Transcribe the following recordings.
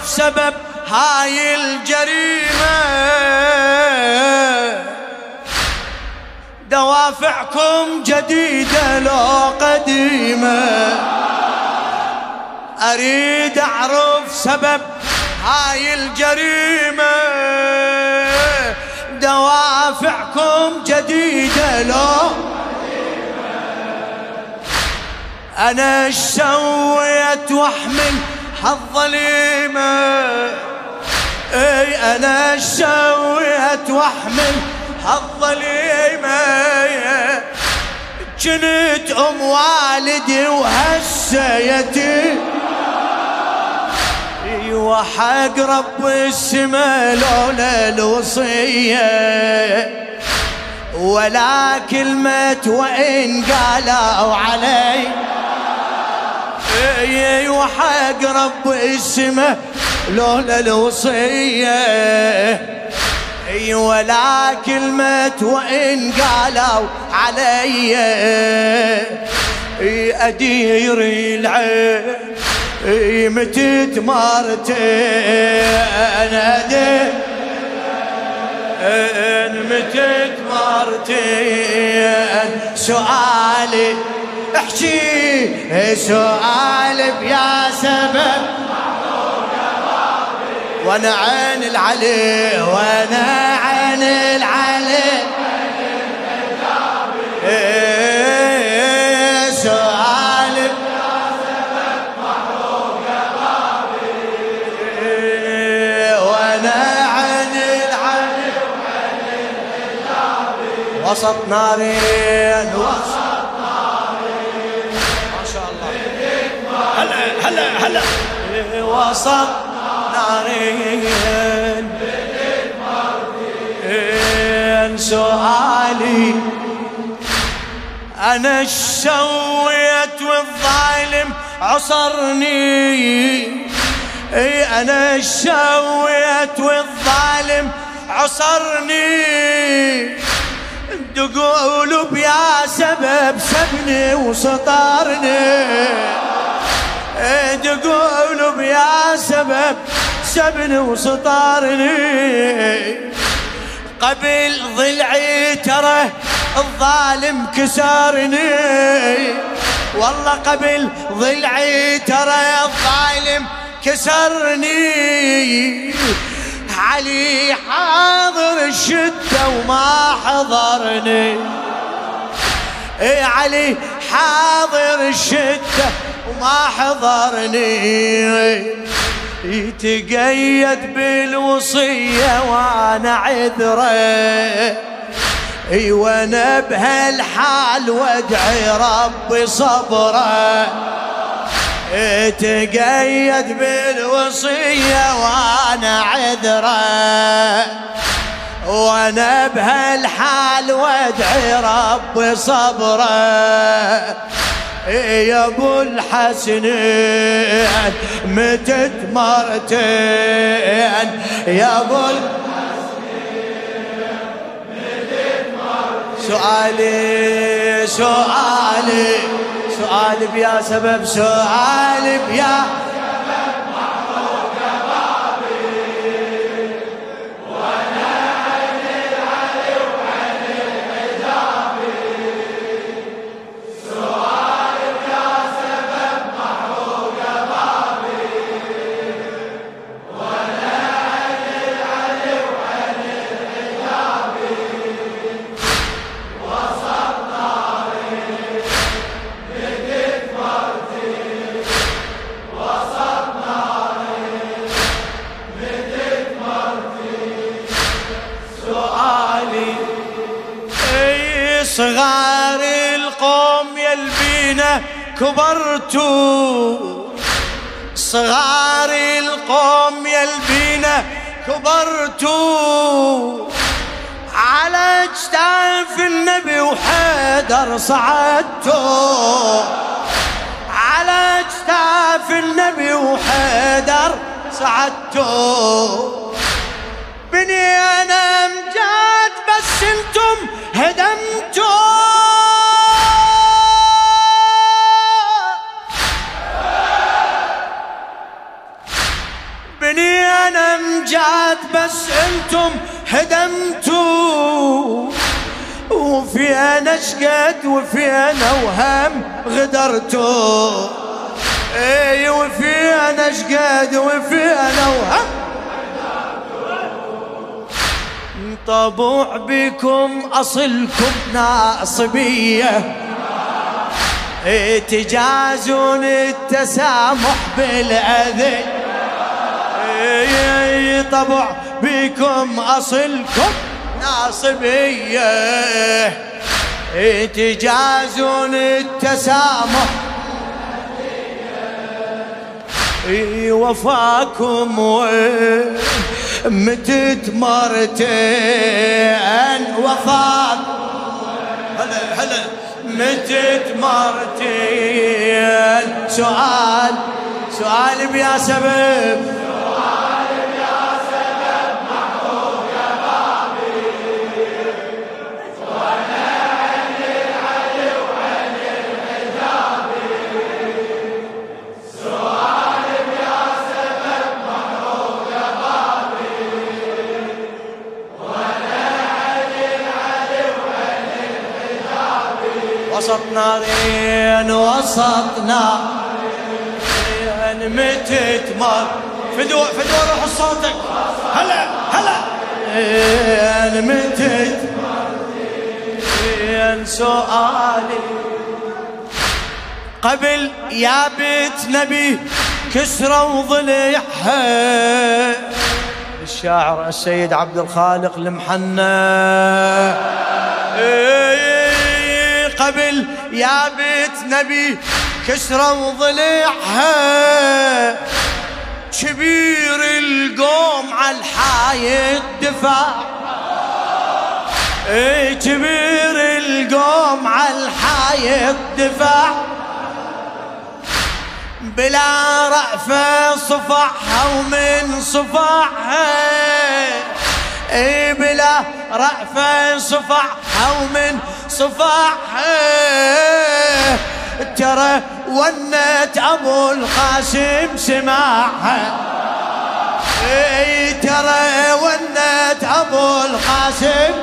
أعرف سبب هاي الجريمة، دوافعكم جديدة لو قديمة. أريد أعرف سبب هاي الجريمة، دوافعكم جديدة لو أنا ايش سويت واحمل هالظليمة؟ اي أنا ايش سويت واحمل هالظليمة؟ جنت أم والدي وهسه يتيم، وحق رب السما لولا الوصية ولا كلمة وإن قالوا علي، وحق رب السما لولا الوصية ولا كلمة وإن قالوا علي. أدير العين متت مرتين، أدير متت مرتين. سؤالي احكي سؤالي بيا سبب وانا عين العلي وانا عين العلي. سؤالي بيا سبب محروق بابي وانا عين العلي وعين الحجابي. وسط نارين وسط نارين ما شاء الله. هلا هلا هلا وسط نارين. سؤالي أنا ايش سويت والظالم عصرني؟ أنا ايش سويت والظالم عصرني؟ تقولوا بيا سبب سبني وسطرني، تقولوا بيا سبب سبني وسطرني. قبل ضلعي ترى الظالم كسرني، والله قبل ضلعي ترى الظالم كسرني. علي حاضر الشدة وما حضرني، علي حاضر الشدة وما حضرني. يتقيد بالوصية وانا عذره، وانا بهالحال وادعي ربي صبره. يتقيد بالوصية وانا عذره، وانا بهالحال وادعي ربي صبره. يا ابو الحسنين متت مرتين، يا ابو الحسنين متت مرتين. سؤالي بيا سبب سؤالي بيا سبب محروق بابي وانا عين العلي وعين الحجابي. صغار القوم يلبينا كبرتوا، صغار القوم يلبينا كبرتوا. على اجتاف النبي وحيدر صعدتوا، على اجتاف النبي وحيدر صعدتوا. بنينا امجاد بس انتم هدمتوا. بنيان امجاد بس انتم هدمتوا، وفينا شقد وفينا وهم غدرتوا. اي وفينا شقد وفينا وهم طبوع بكم اصلكم ناصبيه، تجازون التسامح بالاذى. طبع بكم اصلكم ناصبيه، تجازون التسامح. وفاكم متت مرتين، وفاكم هلا متت مرتين. سؤال بيا سبب، وسط نارين وسط نارين متت مر. فدوى روح صوتك، هلا متت مرتين. سؤالي قبل يا بيت نبي كسرى وضلعها، الشاعر السيد عبد الخالق المحنى. قبل يا بيت نبي كسرى وضلعها، كبير القوم على الحايط دفاع. كبير القوم على الحايط دفاع، بلا رأفة صفعها ومن صفعها. بلا رأفة صفعها ومن صفعها. ترى ونت أبو القاسم سماعها. ترى ونت أبو القاسم.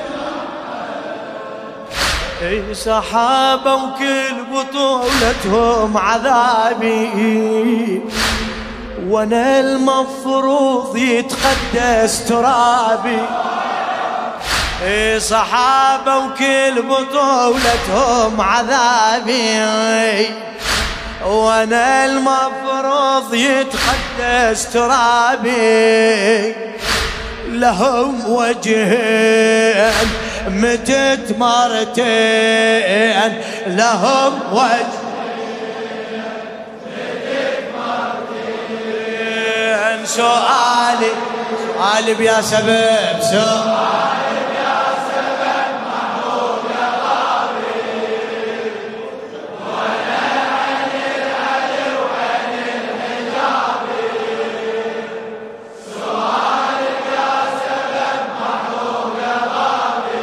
صحابة وكل بطولتهم عذابي، وانا المفروض يتقدس ترابي. صحابة وكل بطولتهم عذابي، وانا المفروض يتقدس ترابي. لهم وجهين متت مرتين، لهم وجهين متت مرتين. سؤالي بيا سبب، سؤالي بيا سبب محبوب يا غابي، وانا عن العلي وعن الحجابي. سؤالي بيا سبب محبوب يا غابي،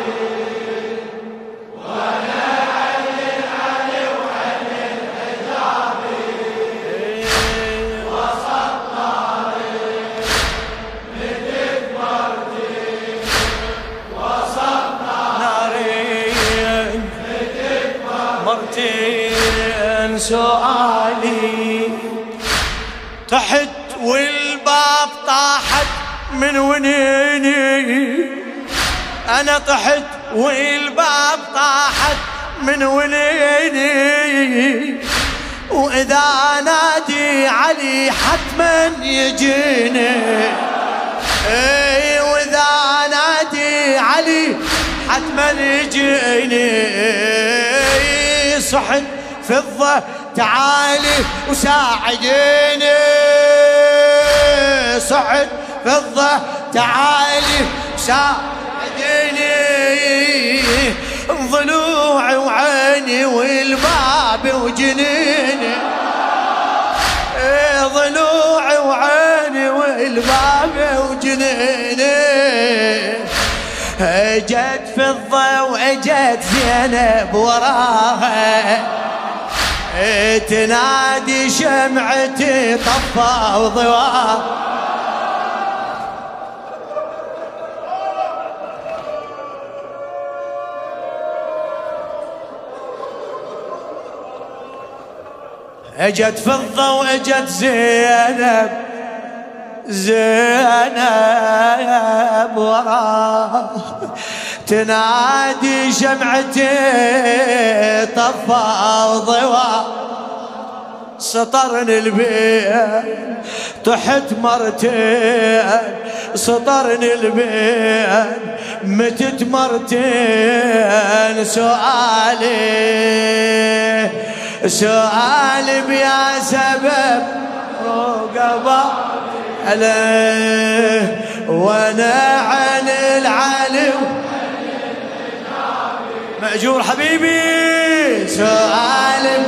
وانا عن العلي وعن الحجابي. وسط نارين متت مرتين، وسط نارين متت مرتين. سؤالي تحت والباب طاحت من ونيني، أنا طحت والباب طاحت من ونيني. وإذا نادي علي حتما يجيني. وإذا نادي علي حتما يجيني. صحن فضة تعالي وساعديني. صحن فضة تعالي وساعديني. ضلوعي وعيني والباب وجنيني. ضلوعي وعيني والباب وجنيني. اجت فضة واجت زينب وراها، تنادي شمعتي طفى وضواها. اجت فضة واجت زينب، زينب وراه تنادي شمعتي طفى ضوى، سطرني البين تحت مرتين، سطرني البين متت مرتين. سؤالي بيا سبب رقبة عليه وانا عن العلو مأجور حبيبي. سؤالي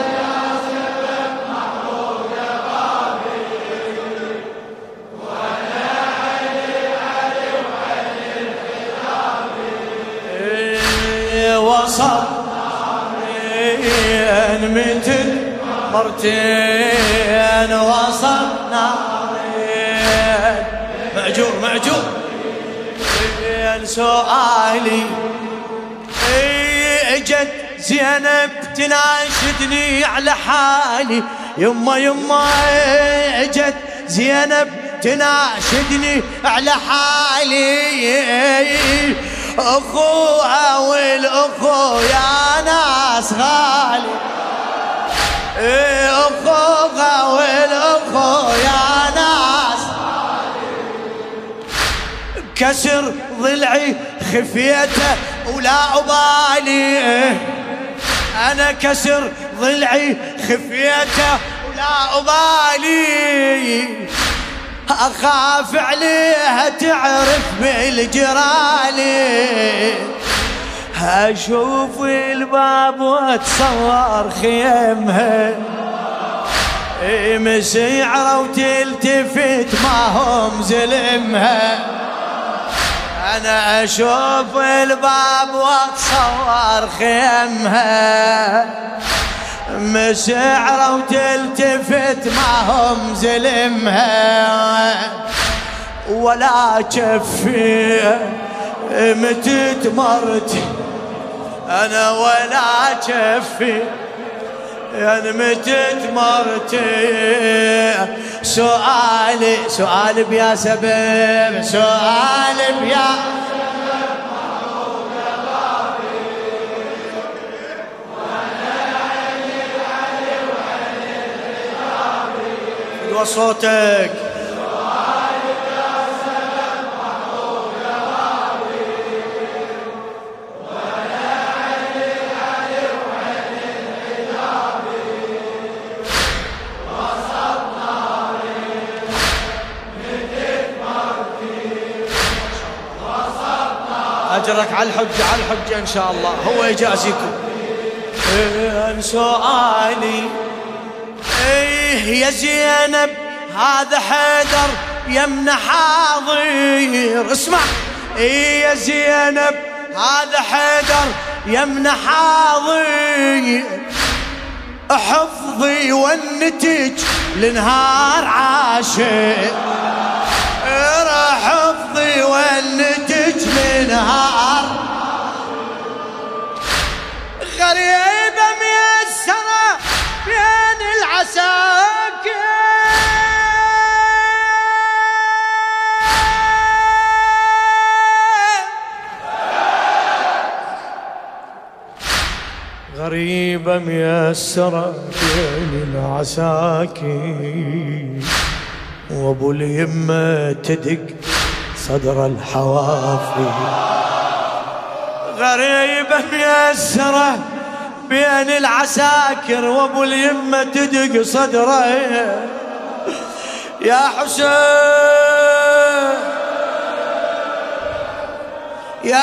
وصل متت مرتين، وصل نارين مأجور مأجور. سؤالي اجت زينب تناشدني على حالي، يما يما اجت زينب تناشدني على حالي، اخوها والاخو يا ناس غالي، اخوها والاخو يا ناس كسر ضلعي خفيته ولا أبالي، أنا كسر ضلعي خفيته ولا أبالي، أخاف عليها تعرف بالجرالي، أشوف الباب واتصور خيمها مسيعرة وتلتفت ما هم زلمها، أنا أشوف الباب واتصور خيمها مسعرة وتلتفت ما هم زلمها، ولا جفي متت مرتي أنا ولا جفي يعني متت مرتي. سؤالي بيا سبب، سؤالي بيا سبب صوتك. أجرك على الحجة على الحجة إن شاء الله هو يجازيكم. سؤالي يا زينب هذا حيدر يمنى حاضر، اسمع يا زينب هذا حيدر يمنى حاضر، حفظي والنتج لنهار عاشر، حفظي والنتج لنهار غريبة ميسرة بين العساكر، غريبة ميسرة بين العساكر، وابو اليمة تدق صدر الحوافي، غريبة ميسرة بين العساكر وابو اليمة تدق صدره، يا حسين يا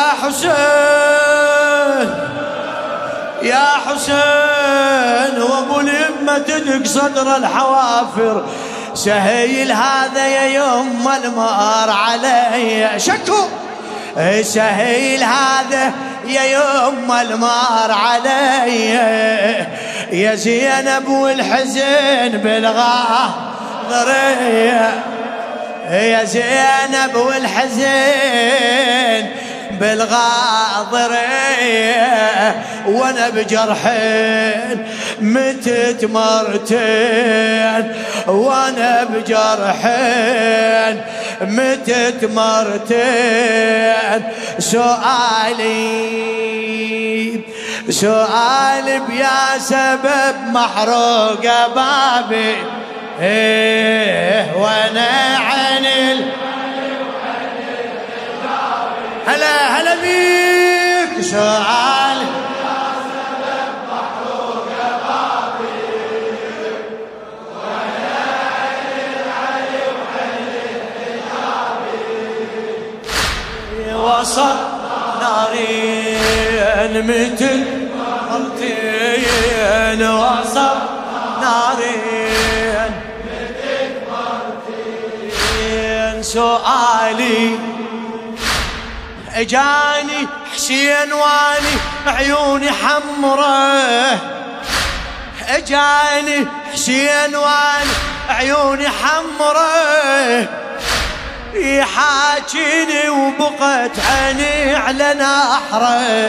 حسين يا حسين، وابو اليمة تدق صدر الحوافر، سهيل هذا يا يما المار علي شكو، سهيل هذا يا يما المار علي، يا زينب والحزن بالغاضرية، يا زينب والحزن بالغاضرية وانا بجرحين متت مرتين وانا بجرحين متت مرتين. سؤالي بيا سبب محروقة بابي وانا عن هلا بيك. سؤالي بيا سبب محروقة بابي وانا عن حجابي. وصل نارين متن مرتين وصل نارين متن مرتين. سؤالي اجاني حسين واني عيوني حمره اجاني حسين واني عيوني حمره يحاكيني وبقت عيني على نحره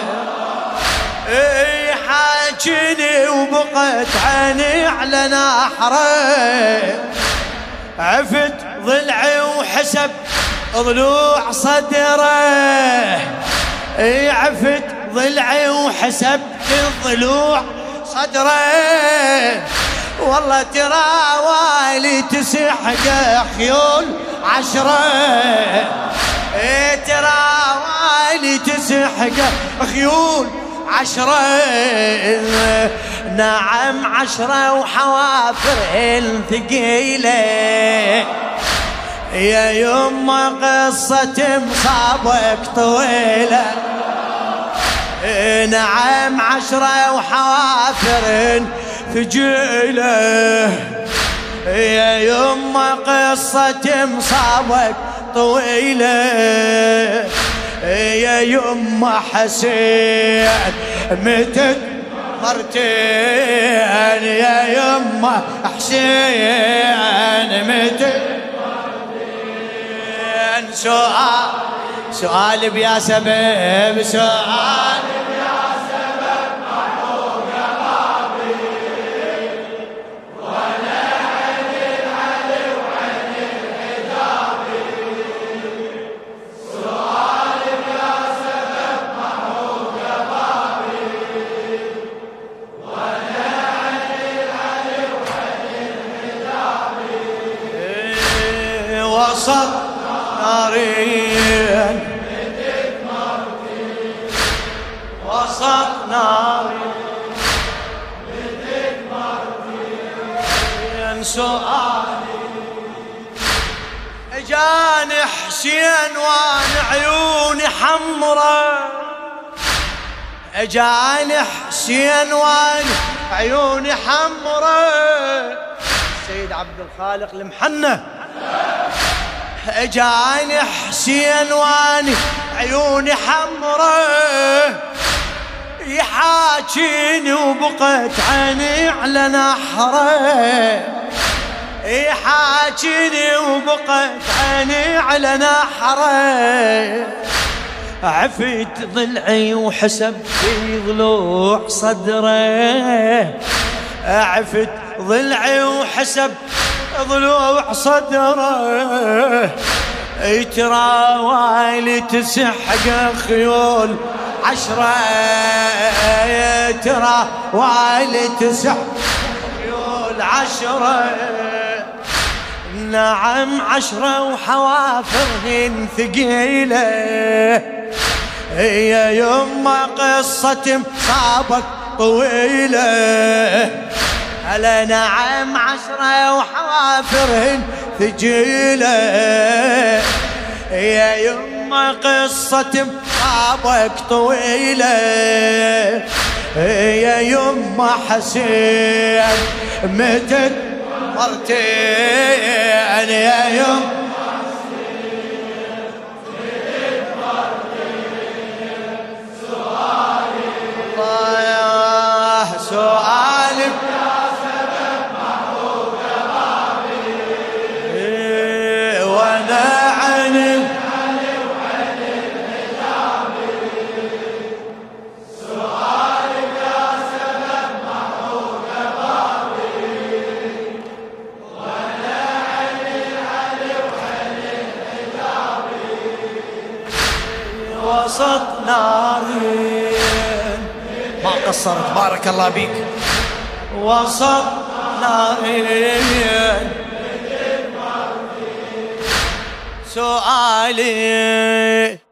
يحاكيني وبقت عيني على نحره. عفت ضلعي وحسب ضلوع صدره عفت ضلعي وحسب الضلوع صدره. والله ترى والي تسحق خيول عشرة ترى والي تسحق خيول عشرة. نعم 10 وحوافر ثقيلة يا يما قصة مصابك طويلة. نعم 10 وحوافر ثقيلة يا يما قصة مصابك طويلة. يا يما حسين متت مرتين يا يما حسين متت مرتين. سؤال بيا سبب سؤال بيا سبب محروقة بابي وانا عن العلي وعن الحجابي. سؤال بيا سبب محروقة بابي وانا عن العلي وعن الحجابي. وسط نارين وسط نارين متت مرتين. سؤالي اجاني حسين وانا عيوني حمرة اجاني حسين وانا عيوني حمرة. السيد عبد الخالق المحنة اجاني حسين واني عيوني حمره يحاكيني وبقت عيني على نحره يحاكيني وبقت عيني على نحره. عفت ضلعي وحسب في ضلوع صدره عفت ضلعي وحسب ضلوع صدره. ترى والي تسحق خيول 10 ترى والي تسحق خيول 10. نعم 10 وحوافرهن ثقيلة يا يما قصة مصابك طويلة. هلا نعم 10 وحوافرهن ثقيلة يا يما قصة مصابك طويلة. يا يما حسين متت مرتين يا يما سؤالي بيا سبب محروقة بابي وانا عن العلي وعن الحجابي. وسط نارين. ما قصرت بارك الله بيك. وسط نارين. سؤالي